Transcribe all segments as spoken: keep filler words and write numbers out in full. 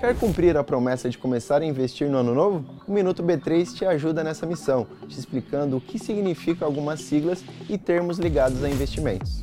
Quer cumprir a promessa de começar a investir no ano novo? O Minuto B três te ajuda nessa missão, te explicando o que significam algumas siglas e termos ligados a investimentos.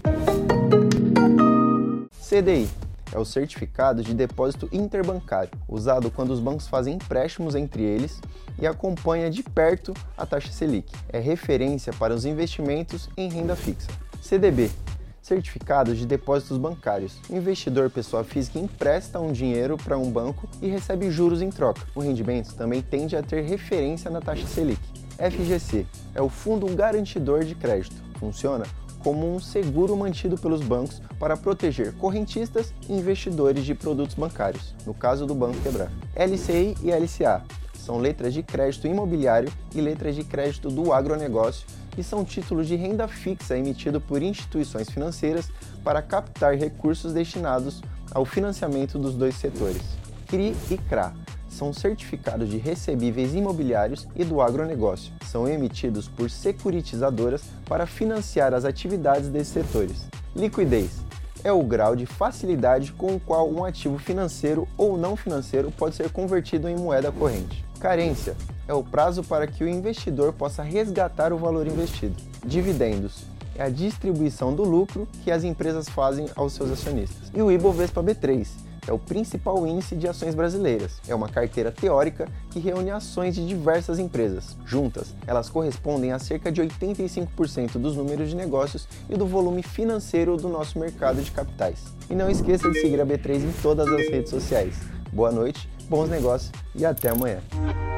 C D I é o Certificado de Depósito Interbancário, usado quando os bancos fazem empréstimos entre eles e acompanha de perto a taxa Selic. É referência para os investimentos em renda fixa. C D B, Certificado de Depósitos Bancários. O investidor pessoa física empresta um dinheiro para um banco e recebe juros em troca. O rendimento também tende a ter referência na taxa Selic. F G C é o Fundo Garantidor de Crédito. Funciona como um seguro mantido pelos bancos para proteger correntistas e investidores de produtos bancários, no caso do banco quebrar. L C I e L C A são letras de crédito imobiliário e letras de crédito do agronegócio e são títulos de renda fixa emitidos por instituições financeiras para captar recursos destinados ao financiamento dos dois setores. C R I e C R A são certificados de recebíveis imobiliários e do agronegócio. São emitidos por securitizadoras para financiar as atividades desses setores. Liquidez é o grau de facilidade com o qual um ativo financeiro ou não financeiro pode ser convertido em moeda corrente. Carência é o prazo para que o investidor possa resgatar o valor investido. Dividendos é a distribuição do lucro que as empresas fazem aos seus acionistas. E o Ibovespa B três é o principal índice de ações brasileiras. É uma carteira teórica que reúne ações de diversas empresas. Juntas, elas correspondem a cerca de oitenta e cinco por cento dos números de negócios e do volume financeiro do nosso mercado de capitais. E não esqueça de seguir a B três em todas as redes sociais. Boa noite, bons negócios e até amanhã.